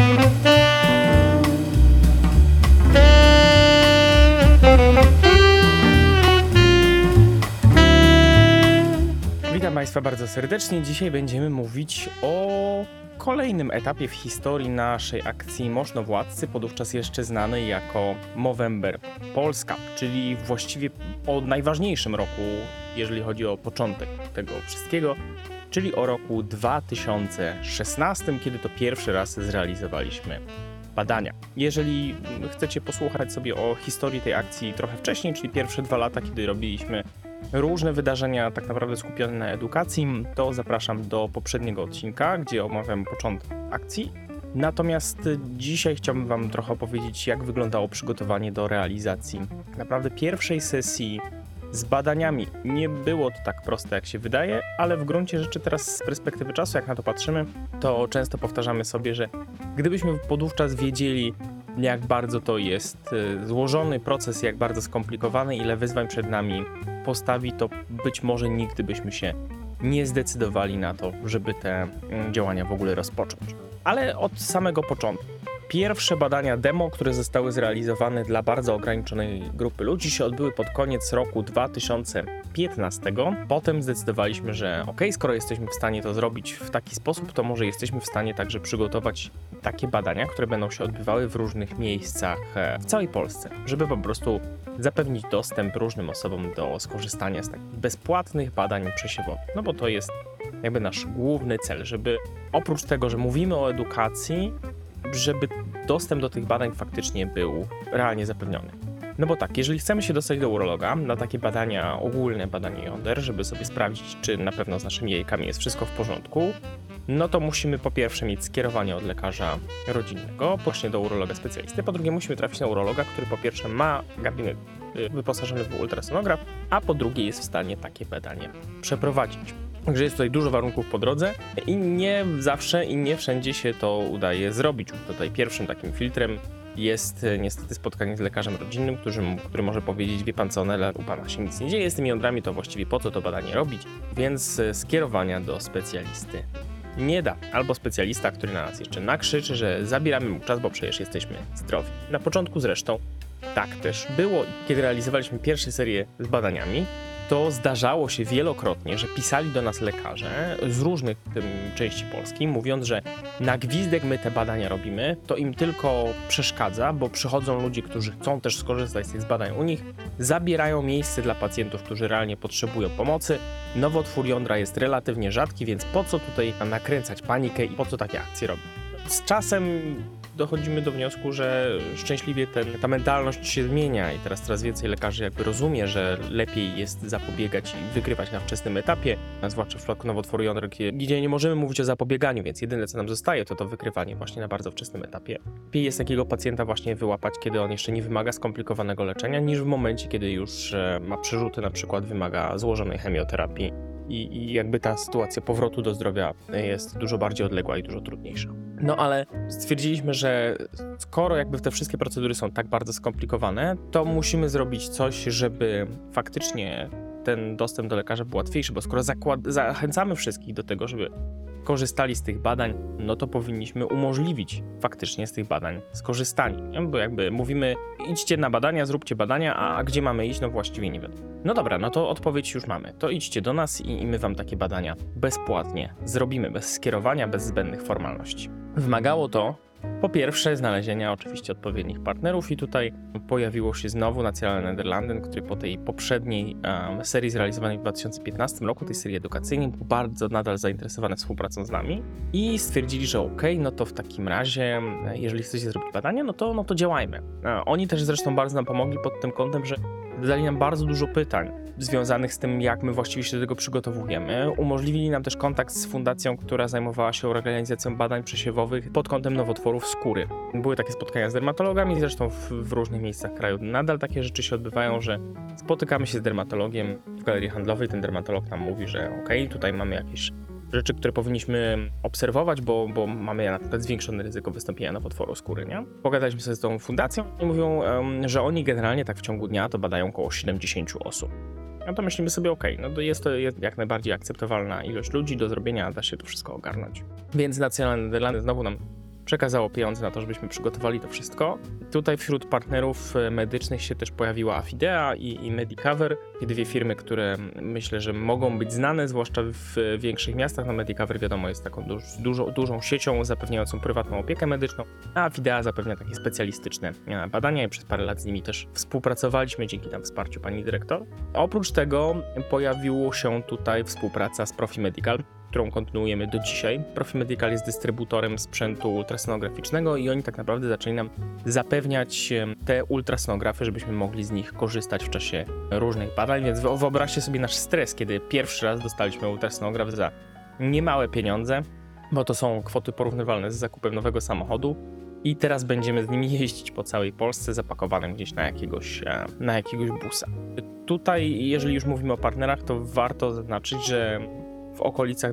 Witam Państwa bardzo serdecznie. Dzisiaj będziemy mówić o kolejnym etapie w historii naszej akcji Możnowładcy, podówczas jeszcze znanej jako Movember Polska, czyli właściwie o najważniejszym roku, jeżeli chodzi o początek tego wszystkiego, czyli o roku 2016, kiedy to pierwszy raz zrealizowaliśmy badania. Jeżeli chcecie posłuchać sobie o historii tej akcji trochę wcześniej, czyli pierwsze 2 lata, kiedy robiliśmy różne wydarzenia tak naprawdę skupione na edukacji, to zapraszam do poprzedniego odcinka, gdzie omawiam początek akcji. Natomiast dzisiaj chciałbym Wam trochę opowiedzieć, jak wyglądało przygotowanie do realizacji naprawdę pierwszej sesji z badaniami. Nie było to tak proste, jak się wydaje, ale w gruncie rzeczy teraz z perspektywy czasu, jak na to patrzymy, to często powtarzamy sobie, że gdybyśmy podówczas wiedzieli, jak bardzo to jest złożony proces, jak bardzo skomplikowany, ile wyzwań przed nami postawi, to być może nigdy byśmy się nie zdecydowali na to, żeby te działania w ogóle rozpocząć. Ale od samego początku. Pierwsze badania demo, które zostały zrealizowane dla bardzo ograniczonej grupy ludzi, się odbyły pod koniec roku 2015. Potem zdecydowaliśmy, że skoro jesteśmy w stanie to zrobić w taki sposób, to może jesteśmy w stanie także przygotować takie badania, które będą się odbywały w różnych miejscach w całej Polsce, żeby po prostu zapewnić dostęp różnym osobom do skorzystania z takich bezpłatnych badań przesiewowych. No bo to jest jakby nasz główny cel, żeby oprócz tego, że mówimy o edukacji, żeby dostęp do tych badań faktycznie był realnie zapewniony. No bo tak, jeżeli chcemy się dostać do urologa na takie badania ogólne, badanie jąder, żeby sobie sprawdzić, czy na pewno z naszymi jajkami jest wszystko w porządku, no to musimy po pierwsze mieć skierowanie od lekarza rodzinnego, właśnie do urologa specjalisty, po drugie musimy trafić na urologa, który po pierwsze ma gabinet wyposażony w ultrasonograf, a po drugie jest w stanie takie badanie przeprowadzić. Także jest tutaj dużo warunków po drodze i nie zawsze i nie wszędzie się to udaje zrobić. Tutaj pierwszym takim filtrem jest niestety spotkanie z lekarzem rodzinnym, który może powiedzieć: wie pan co, u pana się nic nie dzieje z tymi jądrami, to właściwie po co to badanie robić, więc skierowania do specjalisty nie da. Albo specjalista, który na nas jeszcze nakrzyczy, że zabieramy mu czas, bo przecież jesteśmy zdrowi. Na początku zresztą tak też było. Kiedy realizowaliśmy pierwsze serie z badaniami, to zdarzało się wielokrotnie, że pisali do nas lekarze z różnych części Polski, mówiąc, że na gwizdek my te badania robimy, to im tylko przeszkadza, bo przychodzą ludzie, którzy chcą też skorzystać z tych badań u nich, zabierają miejsce dla pacjentów, którzy realnie potrzebują pomocy. Nowotwór jądra jest relatywnie rzadki, więc po co tutaj nakręcać panikę i po co takie akcje robić? Z czasem dochodzimy do wniosku, że szczęśliwie ta mentalność się zmienia i teraz coraz więcej lekarzy jakby rozumie, że lepiej jest zapobiegać i wykrywać na wczesnym etapie, zwłaszcza w przypadku nowotworu jąder, gdzie nie możemy mówić o zapobieganiu, więc jedyne co nam zostaje to wykrywanie właśnie na bardzo wczesnym etapie. Lepiej jest takiego pacjenta właśnie wyłapać, kiedy on jeszcze nie wymaga skomplikowanego leczenia, niż w momencie, kiedy już ma przerzuty, na przykład wymaga złożonej chemioterapii i jakby ta sytuacja powrotu do zdrowia jest dużo bardziej odległa i dużo trudniejsza. No ale stwierdziliśmy, że skoro jakby te wszystkie procedury są tak bardzo skomplikowane, to musimy zrobić coś, żeby faktycznie ten dostęp do lekarza był łatwiejszy, bo skoro zachęcamy wszystkich do tego, żeby korzystali z tych badań, no to powinniśmy umożliwić faktycznie z tych badań skorzystanie. Bo jakby mówimy: idźcie na badania, zróbcie badania, a gdzie mamy iść? No właściwie nie wiadomo. No dobra, no to odpowiedź już mamy. To idźcie do nas i my wam takie badania bezpłatnie zrobimy, bez skierowania, bez zbędnych formalności. Wymagało to po pierwsze znalezienia oczywiście odpowiednich partnerów i tutaj pojawiło się znowu Nationale Nederlanden, który po tej poprzedniej serii zrealizowanej w 2015 roku, tej serii edukacyjnej, był bardzo nadal zainteresowany współpracą z nami i stwierdzili, że no to w takim razie, jeżeli chcecie zrobić badania, no to działajmy. Oni też zresztą bardzo nam pomogli pod tym kątem, że zadali nam bardzo dużo pytań związanych z tym, jak my właściwie się do tego przygotowujemy. Umożliwili nam też kontakt z fundacją, która zajmowała się organizacją badań przesiewowych pod kątem nowotworów skóry. Były takie spotkania z dermatologami, zresztą w różnych miejscach kraju nadal takie rzeczy się odbywają, że spotykamy się z dermatologiem w galerii handlowej, ten dermatolog nam mówi, że tutaj mamy jakieś rzeczy, które powinniśmy obserwować, bo mamy na przykład zwiększone ryzyko wystąpienia nowotworu skóry, nie? Pogadaliśmy sobie z tą fundacją i mówią, że oni generalnie tak w ciągu dnia to badają około 70 osób. No to myślimy sobie, no to jest jak najbardziej akceptowalna ilość ludzi do zrobienia, da się to wszystko ogarnąć. Więc Nationale Nederlanden znowu nam przekazało pieniądze na to, żebyśmy przygotowali to wszystko. Tutaj wśród partnerów medycznych się też pojawiła Afidea i Medicover, dwie firmy, które myślę, że mogą być znane, zwłaszcza w większych miastach. No Medicover wiadomo jest taką dużą siecią zapewniającą prywatną opiekę medyczną, a Afidea zapewnia takie specjalistyczne badania i przez parę lat z nimi też współpracowaliśmy dzięki tam wsparciu pani dyrektor. Oprócz tego pojawiło się tutaj współpraca z Profi Medical, którą kontynuujemy do dzisiaj. Profi Medical jest dystrybutorem sprzętu ultrasonograficznego i oni tak naprawdę zaczęli nam zapewniać te ultrasonografy, żebyśmy mogli z nich korzystać w czasie różnych badań, więc wyobraźcie sobie nasz stres, kiedy pierwszy raz dostaliśmy ultrasonograf za niemałe pieniądze, bo to są kwoty porównywalne z zakupem nowego samochodu i teraz będziemy z nimi jeździć po całej Polsce zapakowanym gdzieś na jakiegoś busa. Tutaj, jeżeli już mówimy o partnerach, to warto zaznaczyć, że w okolicach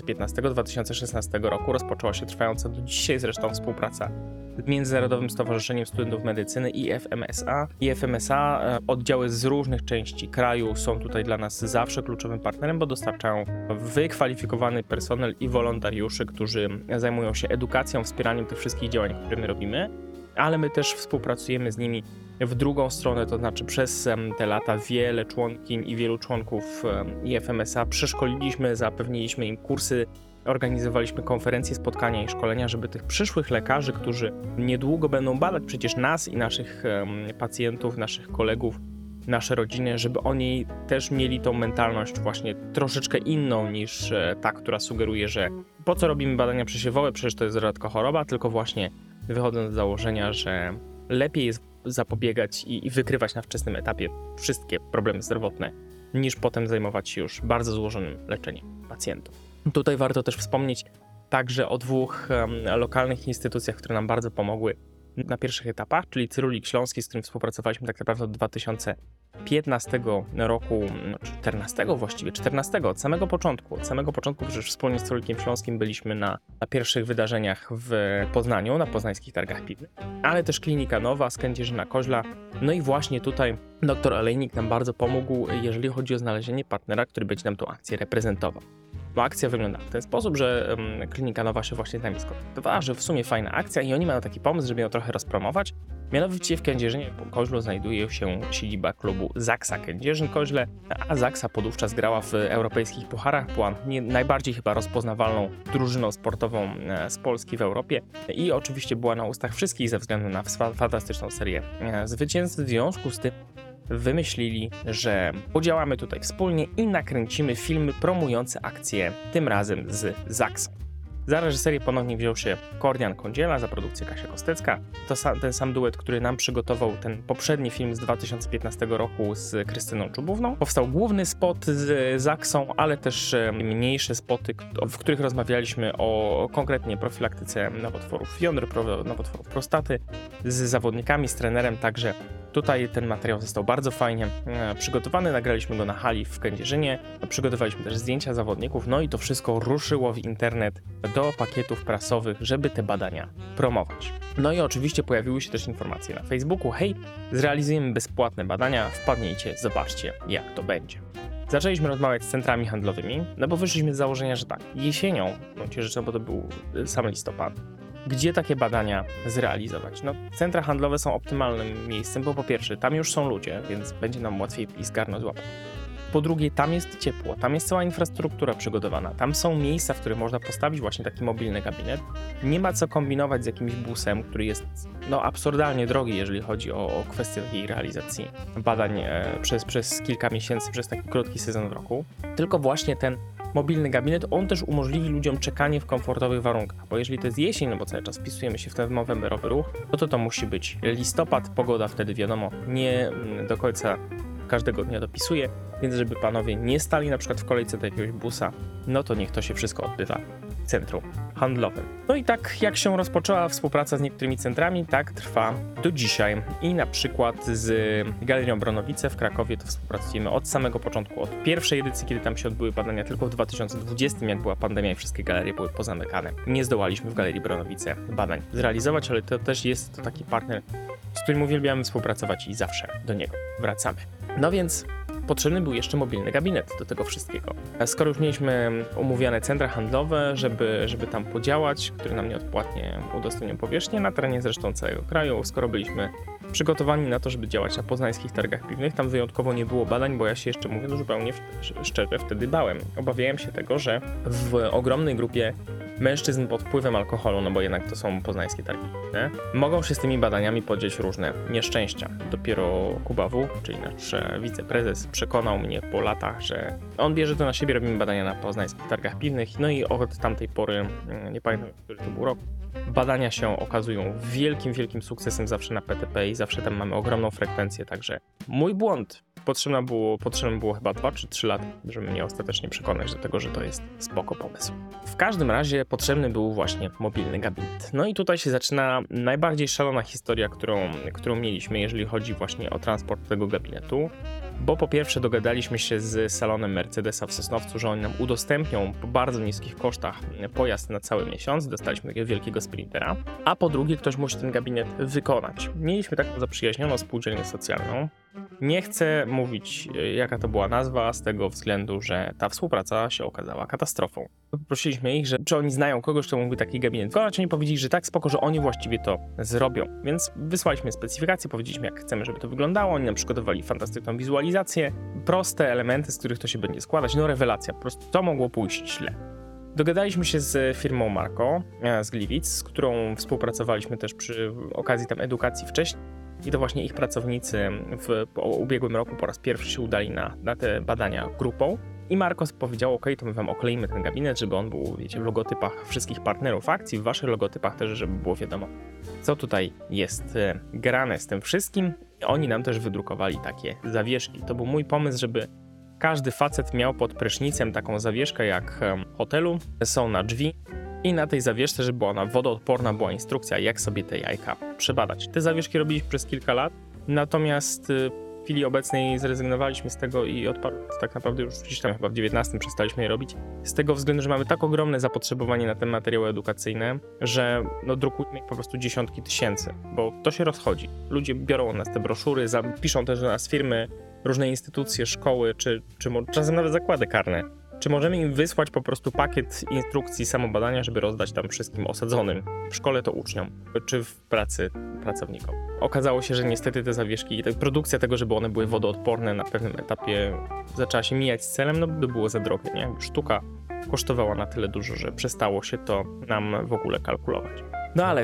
2015-2016 roku rozpoczęła się trwająca do dzisiaj zresztą współpraca z Międzynarodowym Stowarzyszeniem Studentów Medycyny IFMSA. IFMSA, oddziały z różnych części kraju są tutaj dla nas zawsze kluczowym partnerem, bo dostarczają wykwalifikowany personel i wolontariuszy, którzy zajmują się edukacją, wspieraniem tych wszystkich działań, które my robimy, ale my też współpracujemy z nimi w drugą stronę, to znaczy przez te lata wiele członkiń i wielu członków IFMSA przeszkoliliśmy, zapewniliśmy im kursy, organizowaliśmy konferencje, spotkania i szkolenia, żeby tych przyszłych lekarzy, którzy niedługo będą badać przecież nas i naszych pacjentów, naszych kolegów, nasze rodziny, żeby oni też mieli tą mentalność właśnie troszeczkę inną niż ta, która sugeruje, że po co robimy badania przesiewowe, przecież to jest rzadko choroba, tylko właśnie wychodząc z założenia, że lepiej jest zapobiegać i wykrywać na wczesnym etapie wszystkie problemy zdrowotne, niż potem zajmować się już bardzo złożonym leczeniem pacjentów. Tutaj warto też wspomnieć także o dwóch lokalnych instytucjach, które nam bardzo pomogły na pierwszych etapach, czyli Cyrulik Śląski, z którym współpracowaliśmy tak naprawdę od 2015 roku, 14 od samego początku, przecież wspólnie z Cyrulikiem Śląskim byliśmy na pierwszych wydarzeniach w Poznaniu, na poznańskich targach piwnych, ale też Klinika Nowa z Kędzierzyna-Koźla. No i właśnie tutaj dr Olejnik nam bardzo pomógł, jeżeli chodzi o znalezienie partnera, który będzie nam tą akcję reprezentował. Bo akcja wygląda w ten sposób, że Klinika Nowa się właśnie z nami skontaktowała, że w sumie fajna akcja i oni mają taki pomysł, żeby ją trochę rozpromować. Mianowicie w Kędzierzynie-Koźlu znajduje się siedziba klubu Zaksa Kędzierzyn-Koźle, a Zaksa podówczas grała w europejskich pucharach, była najbardziej chyba rozpoznawalną drużyną sportową z Polski w Europie i oczywiście była na ustach wszystkich ze względu na fantastyczną serię zwycięstw. W związku z tym wymyślili, że podziałamy tutaj wspólnie i nakręcimy filmy promujące akcję, tym razem z Zaksą. Za reżyserię ponownie wziął się Kordian Kądziela, za produkcję Kasia Kostecka. To ten sam duet, który nam przygotował ten poprzedni film z 2015 roku z Krystyną Czubówną. Powstał główny spot z Zaksą, ale też mniejsze spoty, w których rozmawialiśmy o konkretnie profilaktyce nowotworów jąder, nowotworów prostaty z zawodnikami, z trenerem, także tutaj ten materiał został bardzo fajnie przygotowany, nagraliśmy go na hali w Kędzierzynie, przygotowaliśmy też zdjęcia zawodników, no i to wszystko ruszyło w internet do pakietów prasowych, żeby te badania promować. No i oczywiście pojawiły się też informacje na Facebooku, hej, zrealizujemy bezpłatne badania, wpadnijcie, zobaczcie jak to będzie. Zaczęliśmy rozmawiać z centrami handlowymi, no bo wyszliśmy z założenia, że tak, jesienią, bądź rzeczą, bo to był sam listopad, gdzie takie badania zrealizować? No, centra handlowe są optymalnym miejscem, bo po pierwsze, tam już są ludzie, więc będzie nam łatwiej i zgarnąć złapać. Po drugie, tam jest ciepło, tam jest cała infrastruktura przygotowana, tam są miejsca, w których można postawić właśnie taki mobilny gabinet. Nie ma co kombinować z jakimś busem, który jest absurdalnie drogi, jeżeli chodzi o kwestię takiej realizacji badań przez kilka miesięcy, przez taki krótki sezon w roku. Tylko właśnie ten mobilny gabinet, on też umożliwi ludziom czekanie w komfortowych warunkach, bo jeżeli to jest jesień, no bo cały czas wpisujemy się w ten novemberowy ruch, to musi być listopad, pogoda wtedy wiadomo nie do końca każdego dnia dopisuje, więc żeby panowie nie stali na przykład w kolejce do jakiegoś busa, no to niech to się wszystko odbywa w centrum handlowym. No i tak jak się rozpoczęła współpraca z niektórymi centrami, tak trwa do dzisiaj i na przykład z Galerią Bronowice w Krakowie to współpracujemy od samego początku, od pierwszej edycji, kiedy tam się odbyły badania, tylko w 2020, jak była pandemia i wszystkie galerie były pozamykane. Nie zdołaliśmy w Galerii Bronowice badań zrealizować, ale to też jest taki partner, z którym uwielbiamy współpracować i zawsze do niego wracamy. No więc potrzebny był jeszcze mobilny gabinet do tego wszystkiego. Skoro już mieliśmy umówione centra handlowe, żeby tam podziałać, które nam nieodpłatnie udostępnią powierzchnię na terenie zresztą całego kraju, skoro byliśmy przygotowani na to, żeby działać na poznańskich targach piwnych, tam wyjątkowo nie było badań, bo ja się jeszcze mówię zupełnie szczerze wtedy bałem. Obawiałem się tego, że w ogromnej grupie mężczyzn pod wpływem alkoholu, no bo jednak to są poznańskie targi piwne, mogą się z tymi badaniami podzieć różne nieszczęścia. Dopiero Kuba W., czyli nasz wiceprezes, przekonał mnie po latach, że on bierze to na siebie, robimy badania na poznańskich targach piwnych, no i od tamtej pory, nie pamiętam, który to był rok, badania się okazują wielkim sukcesem zawsze na PTP i zawsze tam mamy ogromną frekwencję, także mój błąd. Potrzebne było chyba 2 czy 3 lata, żeby mnie ostatecznie przekonać do tego, że to jest spoko pomysł. W każdym razie potrzebny był właśnie mobilny gabinet. No i tutaj się zaczyna najbardziej szalona historia, którą mieliśmy, jeżeli chodzi właśnie o transport tego gabinetu. Bo po pierwsze dogadaliśmy się z salonem Mercedesa w Sosnowcu, że oni nam udostępnią po bardzo niskich kosztach pojazd na cały miesiąc. Dostaliśmy takiego wielkiego sprintera. A po drugie ktoś musi ten gabinet wykonać. Mieliśmy taką zaprzyjaźnioną spółdzielnię socjalną. Nie chcę mówić, jaka to była nazwa, z tego względu, że ta współpraca się okazała katastrofą. Poprosiliśmy ich, że czy oni znają kogoś, kto mógłby taki gabinet wykonać. Oni powiedzieli, że tak, spoko, że oni właściwie to zrobią. Więc wysłaliśmy specyfikację, powiedzieliśmy, jak chcemy, żeby to wyglądało. Oni nam przygotowali fantastyczną wizualizację, proste elementy, z których to się będzie składać. No rewelacja, po prostu to mogło pójść źle. Dogadaliśmy się z firmą Marco z Gliwic, z którą współpracowaliśmy też przy okazji tam edukacji wcześniej. I to właśnie ich pracownicy w ubiegłym roku po raz pierwszy się udali na te badania grupą. I Marcos powiedział, ok, to my wam okleimy ten gabinet, żeby on był, wiecie, w logotypach wszystkich partnerów akcji, w waszych logotypach też, żeby było wiadomo, co tutaj jest grane z tym wszystkim. Oni nam też wydrukowali takie zawieszki. To był mój pomysł, żeby każdy facet miał pod prysznicem taką zawieszkę jak w hotelu, są na drzwi. I na tej zawieszce, żeby była ona wodoodporna, była instrukcja, jak sobie te jajka przebadać. Te zawieszki robiliśmy przez kilka lat, natomiast w chwili obecnej zrezygnowaliśmy z tego i od paru lat tak naprawdę już gdzieś tam chyba w 19 przestaliśmy je robić. Z tego względu, że mamy tak ogromne zapotrzebowanie na te materiały edukacyjne, że no, drukujemy ich po prostu dziesiątki tysięcy, bo to się rozchodzi. Ludzie biorą od nas te broszury, piszą też do nas firmy, różne instytucje, szkoły, czy czasem nawet zakłady karne. Czy możemy im wysłać po prostu pakiet instrukcji samobadania, żeby rozdać tam wszystkim osadzonym, w szkole to uczniom, czy w pracy pracownikom? Okazało się, że niestety te zawieszki, produkcja tego, żeby one były wodoodporne na pewnym etapie zaczęła się mijać z celem, no by było za drogie, nie? Sztuka kosztowała na tyle dużo, że przestało się to nam w ogóle kalkulować. No ale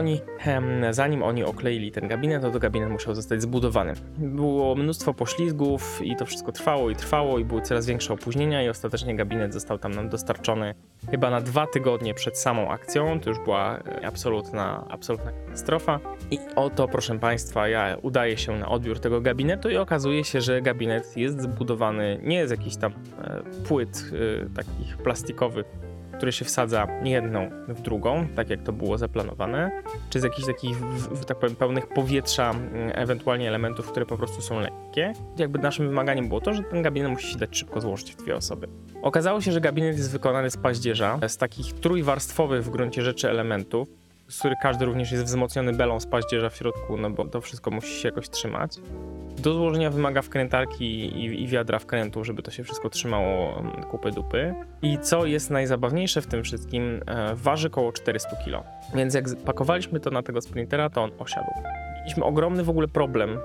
zanim oni okleili ten gabinet, to gabinet musiał zostać zbudowany. Było mnóstwo poślizgów i to wszystko trwało i były coraz większe opóźnienia i ostatecznie gabinet został tam nam dostarczony chyba na 2 tygodnie przed samą akcją. To już była absolutna katastrofa. I oto, proszę Państwa, ja udaję się na odbiór tego gabinetu i okazuje się, że gabinet jest zbudowany nie z jakichś tam płyt takich plastikowych, które się wsadza jedną w drugą, tak jak to było zaplanowane, czy z jakichś takich, tak powiem, pełnych powietrza, ewentualnie elementów, które po prostu są lekkie. Jakby naszym wymaganiem było to, że ten gabinet musi się dać szybko złożyć w 2 osoby. Okazało się, że gabinet jest wykonany z paździerza, z takich trójwarstwowych w gruncie rzeczy elementów, z których każdy również jest wzmocniony belą z paździerza w środku, no bo to wszystko musi się jakoś trzymać. Do złożenia wymaga wkrętarki i wiadra wkrętów, żeby to się wszystko trzymało kupy dupy. I co jest najzabawniejsze w tym wszystkim, waży około 400 kg. Więc jak pakowaliśmy to na tego sprintera, to on osiadł. Mieliśmy ogromny w ogóle problem,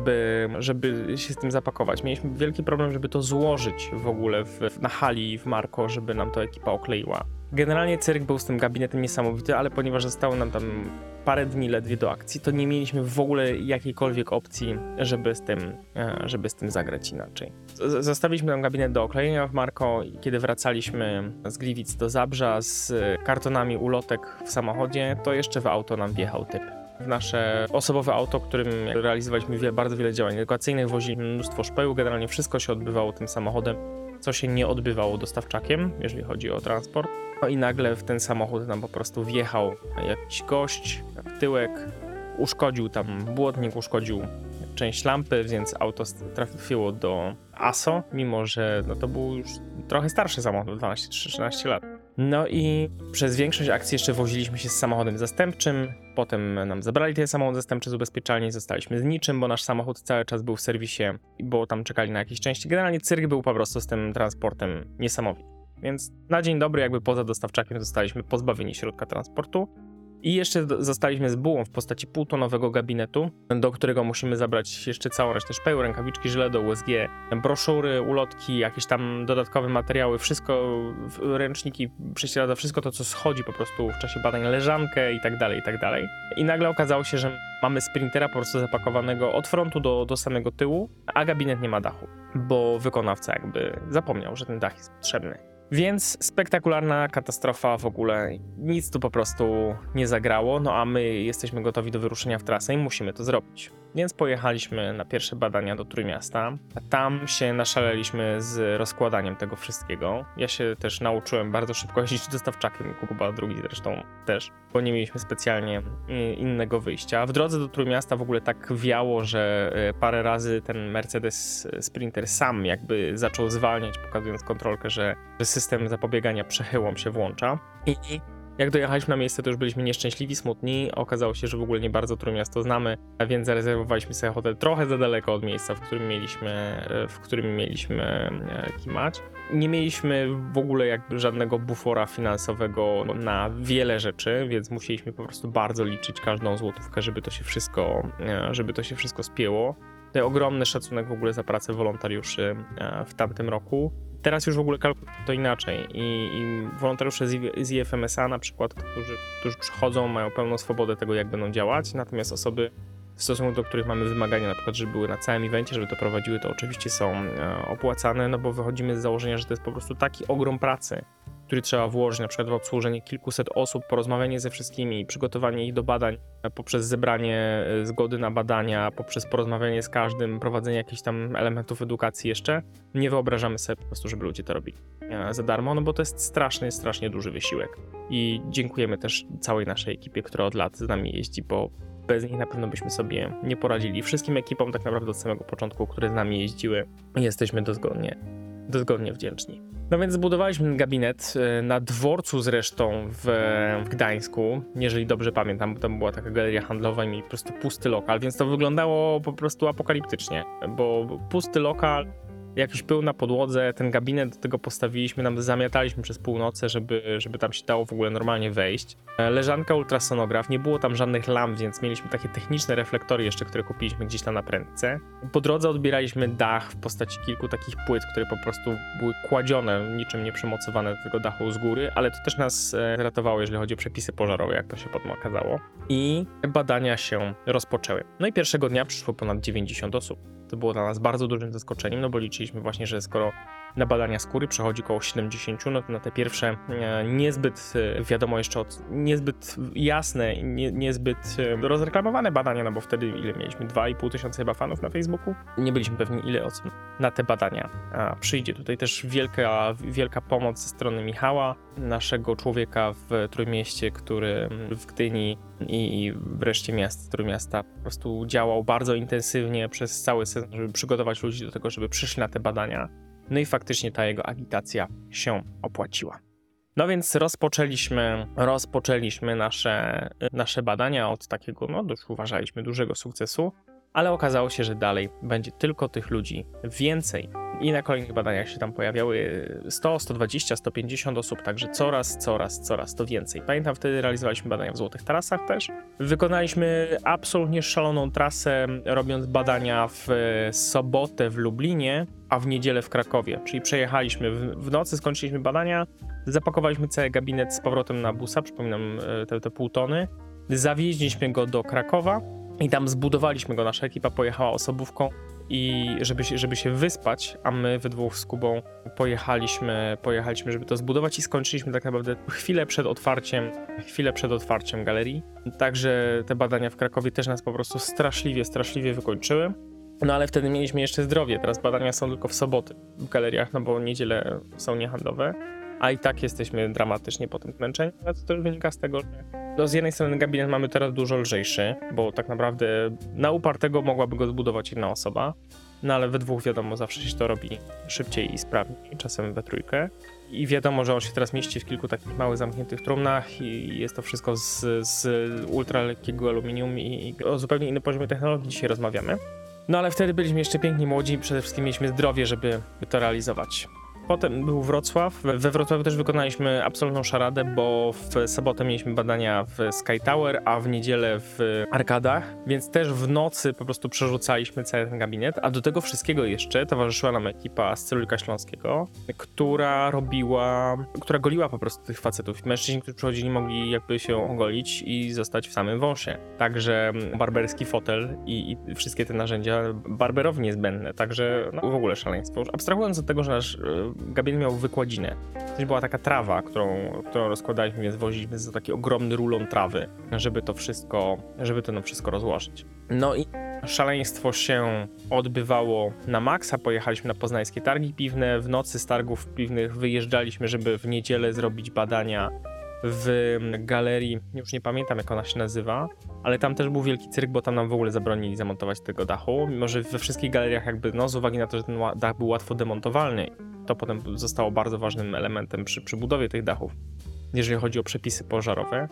żeby się z tym zapakować. Mieliśmy wielki problem, żeby to złożyć w ogóle na hali w Marco, żeby nam to ekipa okleiła. Generalnie cyrk był z tym gabinetem niesamowity, ale ponieważ zostało nam tam parę dni ledwie do akcji, to nie mieliśmy w ogóle jakiejkolwiek opcji, żeby z tym zagrać inaczej. Zostawiliśmy ten gabinet do oklejenia w Marco i kiedy wracaliśmy z Gliwic do Zabrza z kartonami ulotek w samochodzie, to jeszcze w auto nam wjechał typ. W nasze osobowe auto, którym realizowaliśmy bardzo wiele działań edukacyjnych, woziliśmy mnóstwo szpełu, generalnie wszystko się odbywało tym samochodem, co się nie odbywało dostawczakiem, jeżeli chodzi o transport. No i nagle w ten samochód nam po prostu wjechał jakiś gość w tyłek, uszkodził tam błotnik, uszkodził część lampy, więc auto trafiło do ASO, mimo że no to był już trochę starszy samochód, 12-13 lat. No i przez większość akcji jeszcze woziliśmy się z samochodem zastępczym, potem nam zabrali ten samochód zastępczy z ubezpieczalni, zostaliśmy z niczym, bo nasz samochód cały czas był w serwisie, bo tam czekali na jakieś części. Generalnie cyrk był po prostu z tym transportem niesamowity. Więc na dzień dobry jakby poza dostawczakiem zostaliśmy pozbawieni środka transportu. I jeszcze zostaliśmy z bułą w postaci półtonowego gabinetu, do którego musimy zabrać jeszcze całą resztę szpeju, rękawiczki, żyle do USG, broszury, ulotki, jakieś tam dodatkowe materiały, wszystko, ręczniki, prześcieradła, wszystko to, co schodzi po prostu w czasie badań, leżankę i tak dalej, i tak dalej. I nagle okazało się, że mamy sprintera po prostu zapakowanego od frontu do samego tyłu, a gabinet nie ma dachu, bo wykonawca jakby zapomniał, że ten dach jest potrzebny. Więc spektakularna katastrofa w ogóle, nic tu po prostu nie zagrało, no a my jesteśmy gotowi do wyruszenia w trasę i musimy to zrobić. Więc pojechaliśmy na pierwsze badania do Trójmiasta, a tam się naszaleliśmy z rozkładaniem tego wszystkiego. Ja się też nauczyłem bardzo szybko jeździć dostawczakiem, Kuba drugi zresztą też, bo nie mieliśmy specjalnie innego wyjścia. W drodze do Trójmiasta w ogóle tak wiało, że parę razy ten Mercedes Sprinter sam jakby zaczął zwalniać, pokazując kontrolkę, że system zapobiegania przechyłom się włącza. I jak dojechaliśmy na miejsce, to już byliśmy nieszczęśliwi, smutni. Okazało się, że w ogóle nie bardzo Trójmiasto znamy, a więc zarezerwowaliśmy sobie hotel trochę za daleko od miejsca, w którym mieliśmy kimać. Nie mieliśmy w ogóle jakby żadnego bufora finansowego na wiele rzeczy, więc musieliśmy po prostu bardzo liczyć każdą złotówkę, żeby to się wszystko spięło. Tutaj ogromny szacunek w ogóle za pracę wolontariuszy w tamtym roku. Teraz już w ogóle kalkuluję to inaczej i wolontariusze z IFMS-a na przykład, którzy przychodzą, mają pełną swobodę tego, jak będą działać, natomiast osoby, w stosunku do których mamy wymagania, na przykład, żeby były na całym evencie, żeby to prowadziły, to oczywiście są opłacane, no bo wychodzimy z założenia, że to jest po prostu taki ogrom pracy, który trzeba włożyć na przykład w obsłużenie kilkuset osób, porozmawianie ze wszystkimi, przygotowanie ich do badań poprzez zebranie zgody na badania, poprzez porozmawianie z każdym, prowadzenie jakichś tam elementów edukacji jeszcze. Nie wyobrażamy sobie po prostu, żeby ludzie to robili za darmo, no bo to jest strasznie duży wysiłek. I dziękujemy też całej naszej ekipie, która od lat z nami jeździ, bo bez nich na pewno byśmy sobie nie poradzili. Wszystkim ekipom tak naprawdę od samego początku, które z nami jeździły, jesteśmy dozgodnie wdzięczni. No więc zbudowaliśmy ten gabinet na dworcu zresztą w Gdańsku, jeżeli dobrze pamiętam, bo tam była taka galeria handlowa i mieli po prostu pusty lokal, więc to wyglądało po prostu apokaliptycznie, bo pusty lokal, jakiś pył na podłodze, ten gabinet do tego postawiliśmy, nam zamiataliśmy przez północy, żeby tam się dało w ogóle normalnie wejść. Leżanka, ultrasonograf, nie było tam żadnych lamp, więc mieliśmy takie techniczne reflektory jeszcze, które kupiliśmy gdzieś tam na prędce. Po drodze odbieraliśmy dach w postaci kilku takich płyt, które po prostu były kładzione, niczym nie przymocowane do tego dachu z góry, ale to też nas ratowało, jeżeli chodzi o przepisy pożarowe, jak to się potem okazało. I badania się rozpoczęły. No i pierwszego dnia przyszło ponad 90 osób. To było dla nas bardzo dużym zaskoczeniem, no bo liczyliśmy właśnie, że skoro na badania skóry przechodzi około 70, no to na te pierwsze niezbyt wiadomo jeszcze niezbyt jasne, niezbyt rozreklamowane badania, no bo wtedy ile mieliśmy? 2,5 tysiąca chyba fanów na Facebooku. Nie byliśmy pewni, ile osób na te badania przyjdzie. Tutaj też wielka pomoc ze strony Michała, naszego człowieka w Trójmieście, który w Gdyni i wreszcie Trójmiasta po prostu działał bardzo intensywnie przez cały sezon, żeby przygotować ludzi do tego, żeby przyszli na te badania. No i faktycznie ta jego agitacja się opłaciła. No więc rozpoczęliśmy nasze badania od takiego, no dość uważaliśmy, dużego sukcesu, ale okazało się, że dalej będzie tylko tych ludzi więcej. I na kolejnych badaniach się tam pojawiały 100, 120, 150 osób, także coraz to więcej. Pamiętam, wtedy realizowaliśmy badania w Złotych Tarasach też. Wykonaliśmy absolutnie szaloną trasę, robiąc badania w sobotę w Lublinie, a w niedzielę w Krakowie. Czyli przejechaliśmy w nocy, skończyliśmy badania, zapakowaliśmy cały gabinet z powrotem na busa, przypominam te pół tony, zawieźliśmy go do Krakowa i tam zbudowaliśmy go. Nasza ekipa pojechała osobówką i żeby się wyspać, a my we dwóch z Kubą pojechaliśmy, żeby to zbudować i skończyliśmy tak naprawdę chwilę przed otwarciem galerii. Także te badania w Krakowie też nas po prostu straszliwie wykończyły. No ale wtedy mieliśmy jeszcze zdrowie, teraz badania są tylko w soboty w galeriach, no bo niedziele są niehandlowe, a i tak jesteśmy dramatycznie po tym zmęczeniu, ale to też wynika z tego, że no z jednej strony gabinet mamy teraz dużo lżejszy, bo tak naprawdę na upartego mogłaby go zbudować jedna osoba, no ale we dwóch wiadomo, zawsze się to robi szybciej i sprawniej, czasem we trójkę. i wiadomo, że on się teraz mieści w kilku takich małych, zamkniętych trumnach i jest to wszystko z ultra lekkiego aluminium i o zupełnie innym poziomie technologii dzisiaj rozmawiamy. No ale wtedy byliśmy jeszcze piękni, młodzi i przede wszystkim mieliśmy zdrowie, żeby to realizować. Potem był Wrocław. We Wrocławiu też wykonaliśmy absolutną szaradę, bo w sobotę mieliśmy badania w Sky Tower, a w niedzielę w Arkadach, więc też w nocy po prostu przerzucaliśmy cały ten gabinet, a do tego wszystkiego jeszcze towarzyszyła nam ekipa z Celulika Śląskiego, która goliła po prostu tych facetów. Mężczyźni, którzy przychodzili, mogli jakby się ogolić i zostać w samym wąsie. Także barberski fotel i wszystkie te narzędzia barberowi niezbędne, także no, w ogóle szaleństwo. Już abstrahując od tego, że nasz gabinet miał wykładzinę. To była taka trawa, którą rozkładaliśmy, więc woziliśmy za taki ogromny rulon trawy, żeby to wszystko rozłożyć. No i szaleństwo się odbywało na maksa. Pojechaliśmy na poznańskie targi piwne. W nocy z targów piwnych wyjeżdżaliśmy, żeby w niedzielę zrobić badania w galerii, już nie pamiętam jak ona się nazywa, ale tam też był wielki cyrk, bo tam nam w ogóle zabronili zamontować tego dachu, mimo że we wszystkich galeriach jakby, no z uwagi na to, że ten dach był łatwo demontowalny, to potem zostało bardzo ważnym elementem przy budowie tych dachów. Jeżeli chodzi o przepisy pożarowe,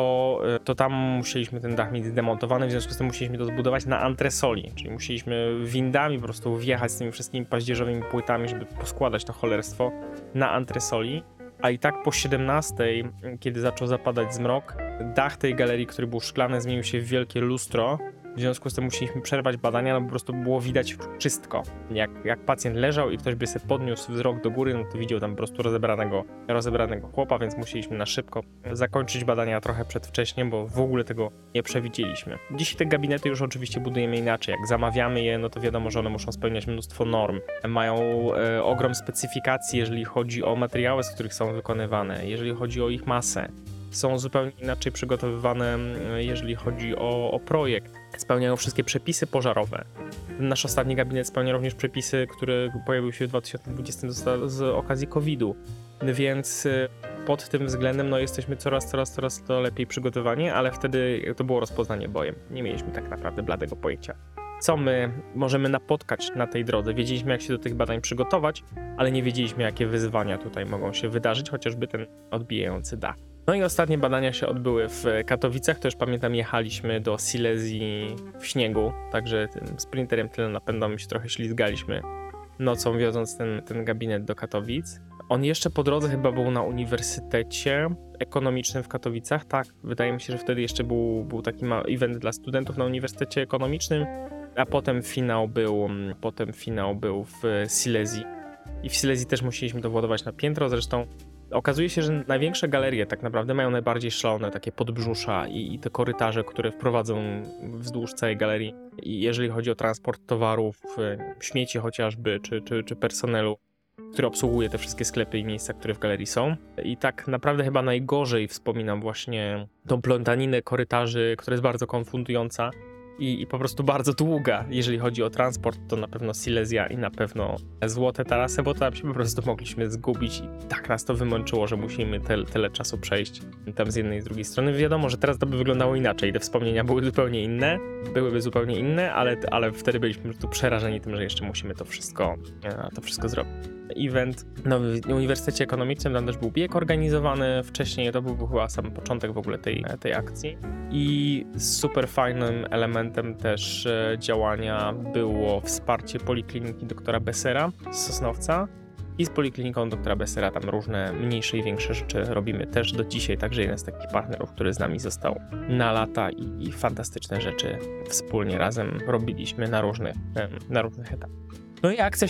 to tam musieliśmy ten dach mieć zdemontowany, w związku z tym musieliśmy to zbudować na antresoli, czyli musieliśmy windami po prostu wjechać z tymi wszystkimi paździerzowymi płytami, żeby poskładać to cholerstwo na antresoli. A i tak po 17, kiedy zaczął zapadać zmrok, dach tej galerii, który był szklany, zmienił się w wielkie lustro. W związku z tym musieliśmy przerwać badania, no po prostu było widać wszystko. Jak pacjent leżał i ktoś by sobie podniósł wzrok do góry, no to widział tam po prostu rozebranego chłopa, więc musieliśmy na szybko zakończyć badania trochę przedwcześnie, bo w ogóle tego nie przewidzieliśmy. Dzisiaj te gabinety już oczywiście budujemy inaczej. Jak zamawiamy je, no to wiadomo, że one muszą spełniać mnóstwo norm. Mają ogrom specyfikacji, jeżeli chodzi o materiały, z których są wykonywane, jeżeli chodzi o ich masę. Są zupełnie inaczej przygotowywane, jeżeli chodzi o projekt. Spełniają wszystkie przepisy pożarowe. Nasz ostatni gabinet spełnia również przepisy, które pojawiły się w 2020 z okazji COVID-u. Więc pod tym względem no, jesteśmy coraz to lepiej przygotowani, ale wtedy to było rozpoznanie bojem. Nie mieliśmy tak naprawdę bladego pojęcia, co my możemy napotkać na tej drodze. Wiedzieliśmy, jak się do tych badań przygotować, ale nie wiedzieliśmy, jakie wyzwania tutaj mogą się wydarzyć, chociażby ten odbijający dach. No i ostatnie badania się odbyły w Katowicach, to już pamiętam, jechaliśmy do Silesii w śniegu, także tym sprinterem tylonapędowym się trochę ślizgaliśmy nocą, wioząc ten gabinet do Katowic. On jeszcze po drodze chyba był na Uniwersytecie Ekonomicznym w Katowicach, tak, wydaje mi się, że wtedy jeszcze był taki event dla studentów na Uniwersytecie Ekonomicznym, a potem finał był w Silesii. I w Silesii też musieliśmy to władować na piętro, zresztą okazuje się, że największe galerie tak naprawdę mają najbardziej szalone takie podbrzusza i te korytarze, które wprowadzą wzdłuż całej galerii. I jeżeli chodzi o transport towarów, śmieci chociażby, czy personelu, który obsługuje te wszystkie sklepy i miejsca, które w galerii są. I tak naprawdę chyba najgorzej wspominam właśnie tą plątaninę korytarzy, która jest bardzo konfundująca. I po prostu bardzo długa. Jeżeli chodzi o transport, to na pewno Silesia i na pewno Złote Tarasy, bo tam się po prostu mogliśmy zgubić i tak nas to wymęczyło, że musimy tyle czasu przejść tam z jednej i z drugiej strony. Wiadomo, że teraz to by wyglądało inaczej. Te wspomnienia byłyby zupełnie inne, ale wtedy byliśmy tu przerażeni tym, że jeszcze musimy to wszystko zrobić. Event na Uniwersytecie Ekonomicznym, tam też był bieg organizowany wcześniej, to był chyba sam początek w ogóle tej akcji. I super fajnym elementem też działania było wsparcie Polikliniki doktora Bessera z Sosnowca. I z Polikliniką doktora Bessera tam różne mniejsze i większe rzeczy robimy też do dzisiaj, także jeden z takich partnerów, który z nami został na lata i fantastyczne rzeczy wspólnie razem robiliśmy na różnych etapach. No i akcja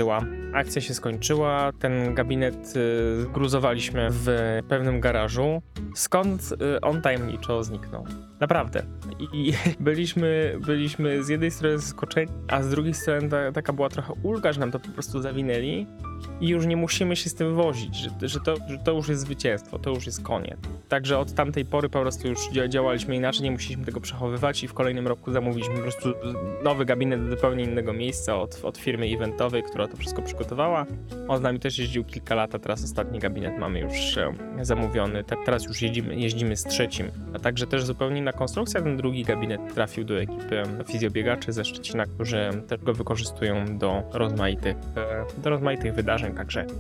się skończyła, ten gabinet zgruzowaliśmy w pewnym garażu, skąd on tajemniczo zniknął. Naprawdę. I byliśmy z jednej strony zaskoczeni, a z drugiej strony taka była trochę ulga, że nam to po prostu zawinęli i już nie musimy się z tym wozić, że to już jest zwycięstwo, to już jest koniec. Także od tamtej pory po prostu już działaliśmy inaczej, nie musieliśmy tego przechowywać i w kolejnym roku zamówiliśmy po prostu nowy gabinet do zupełnie innego miejsca od firmy eventowej, która to wszystko przygotowała. On z nami też jeździł kilka lat, a teraz ostatni gabinet mamy już zamówiony. Teraz już jeździmy z trzecim. A także też zupełnie inna konstrukcja. Ten drugi gabinet trafił do ekipy fizjobiegaczy ze Szczecina, którzy też go wykorzystują do rozmaitych wydarzeń. Także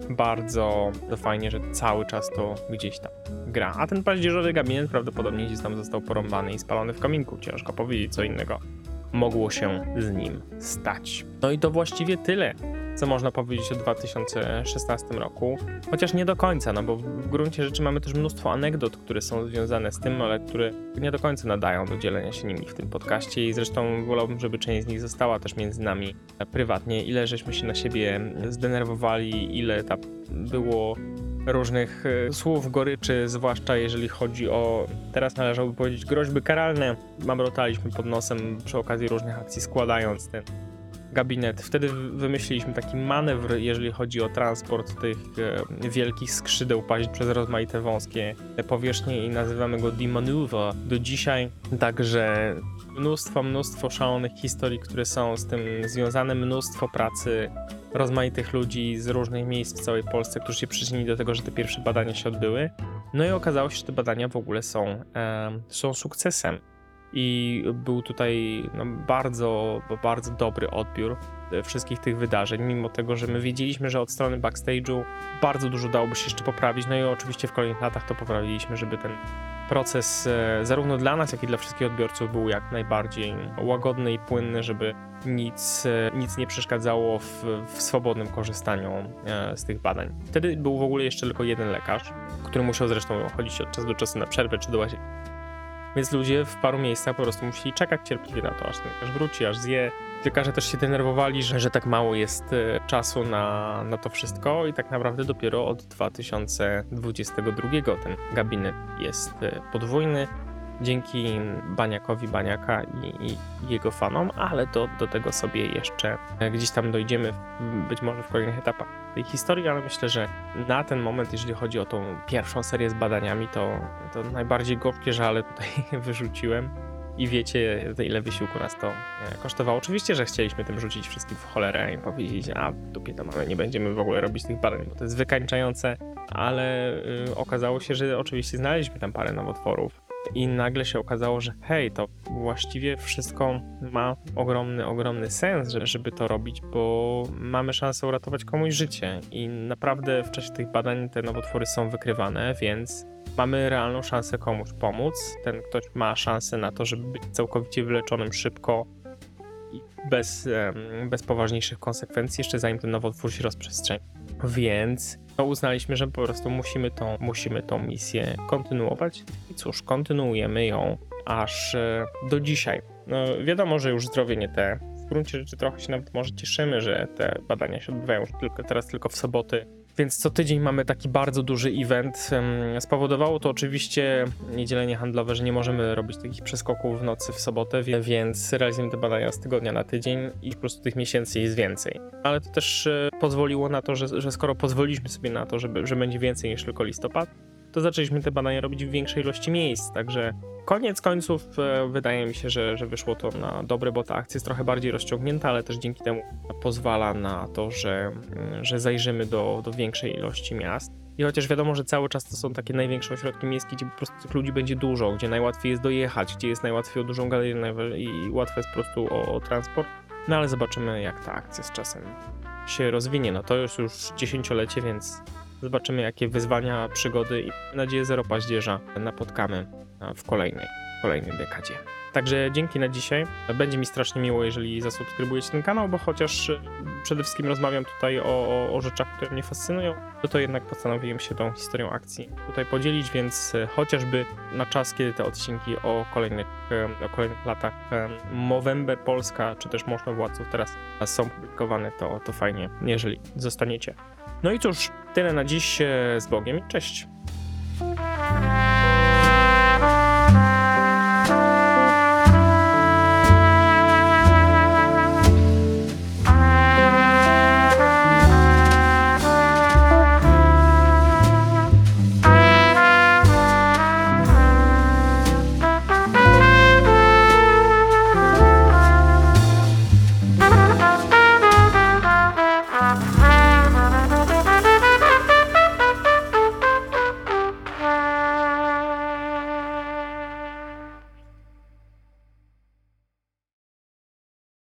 bardzo to fajnie, że cały czas to gdzieś tam gra. A ten paździerzowy gabinet prawdopodobnie gdzieś tam został porąbany i spalony w kominku. Ciężko powiedzieć, co innego mogło się z nim stać. No i to właściwie tyle, co można powiedzieć o 2016 roku. Chociaż nie do końca, no bo w gruncie rzeczy mamy też mnóstwo anegdot, które są związane z tym, ale które nie do końca nadają do dzielenia się nimi w tym podcaście i zresztą wolałbym, żeby część z nich została też między nami prywatnie. Ile żeśmy się na siebie zdenerwowali, ile tam było różnych słów goryczy, zwłaszcza jeżeli chodzi o, teraz należałoby powiedzieć, groźby karalne. Mamrotaliśmy pod nosem przy okazji różnych akcji, składając ten gabinet. Wtedy wymyśliliśmy taki manewr, jeżeli chodzi o transport tych wielkich skrzydeł paźdź przez rozmaite wąskie powierzchnie i nazywamy go The Maneuver do dzisiaj. Także mnóstwo szalonych historii, które są z tym związane, mnóstwo pracy rozmaitych ludzi z różnych miejsc w całej Polsce, którzy się przyczynili do tego, że te pierwsze badania się odbyły. No i okazało się, że te badania w ogóle są sukcesem. I był tutaj bardzo dobry odbiór wszystkich tych wydarzeń, mimo tego, że my wiedzieliśmy, że od strony backstage'u bardzo dużo dałoby się jeszcze poprawić, no i oczywiście w kolejnych latach to poprawiliśmy, żeby ten proces zarówno dla nas, jak i dla wszystkich odbiorców był jak najbardziej łagodny i płynny, żeby nic nie przeszkadzało w swobodnym korzystaniu z tych badań. Wtedy był w ogóle jeszcze tylko jeden lekarz, który musiał zresztą chodzić od czasu do czasu na przerwę czy do łazienki. Więc ludzie w paru miejscach po prostu musieli czekać cierpliwie na to, aż ten lekarz wróci, aż zje. Lekarze też się denerwowali, że tak mało jest czasu na to wszystko i tak naprawdę dopiero od 2022 ten gabinet jest podwójny. Dzięki Baniakowi Baniaka i jego fanom, ale do tego sobie jeszcze gdzieś tam dojdziemy, być może w kolejnych etapach tej historii, ale myślę, że na ten moment, jeżeli chodzi o tą pierwszą serię z badaniami, to najbardziej gorzkie żale tutaj wyrzuciłem i wiecie, ile wysiłku nas to kosztowało. Oczywiście, że chcieliśmy tym rzucić wszystkim w cholerę i powiedzieć, a w dupie to mamy, nie będziemy w ogóle robić tych badań, bo to jest wykańczające, ale okazało się, że oczywiście znaleźliśmy tam parę nowotworów. I nagle się okazało, że hej, to właściwie wszystko ma ogromny sens, żeby to robić, bo mamy szansę uratować komuś życie i naprawdę w czasie tych badań te nowotwory są wykrywane, więc mamy realną szansę komuś pomóc. Ten ktoś ma szansę na to, żeby być całkowicie wyleczonym szybko i bez poważniejszych konsekwencji, jeszcze zanim ten nowotwór się rozprzestrzeni. Więc uznaliśmy, że po prostu musimy tą misję kontynuować i cóż, kontynuujemy ją aż do dzisiaj. No, wiadomo, że już zdrowie nie te. W gruncie rzeczy trochę się nawet może cieszymy, że te badania się odbywają już teraz tylko w soboty. Więc co tydzień mamy taki bardzo duży event. Spowodowało to oczywiście niedzielenie handlowe, że nie możemy robić takich przeskoków w nocy w sobotę, więc realizujemy te badania z tygodnia na tydzień i po prostu tych miesięcy jest więcej. Ale to też pozwoliło na to, że skoro pozwoliliśmy sobie na to, że będzie więcej niż tylko listopad, to zaczęliśmy te badania robić w większej ilości miejsc. Także koniec końców wydaje mi się, że wyszło to na dobre, bo ta akcja jest trochę bardziej rozciągnięta, ale też dzięki temu pozwala na to, że zajrzymy do większej ilości miast. I chociaż wiadomo, że cały czas to są takie największe ośrodki miejskie, gdzie po prostu tych ludzi będzie dużo, gdzie najłatwiej jest dojechać, gdzie jest najłatwiej o dużą galerię i łatwo jest po prostu o transport. No ale zobaczymy, jak ta akcja z czasem się rozwinie. No to już 10-lecie, więc zobaczymy, jakie wyzwania, przygody i mam nadzieję 0 paździerza napotkamy w kolejnej dekadzie. Także dzięki na dzisiaj. Będzie mi strasznie miło, jeżeli zasubskrybujecie ten kanał, bo chociaż przede wszystkim rozmawiam tutaj o rzeczach, które mnie fascynują, to jednak postanowiłem się tą historią akcji tutaj podzielić, więc chociażby na czas, kiedy te odcinki o kolejnych latach Movember Polska, czy też Moszno Władców teraz są publikowane, to fajnie, jeżeli zostaniecie. No i cóż, tyle na dziś. Z Bogiem i cześć!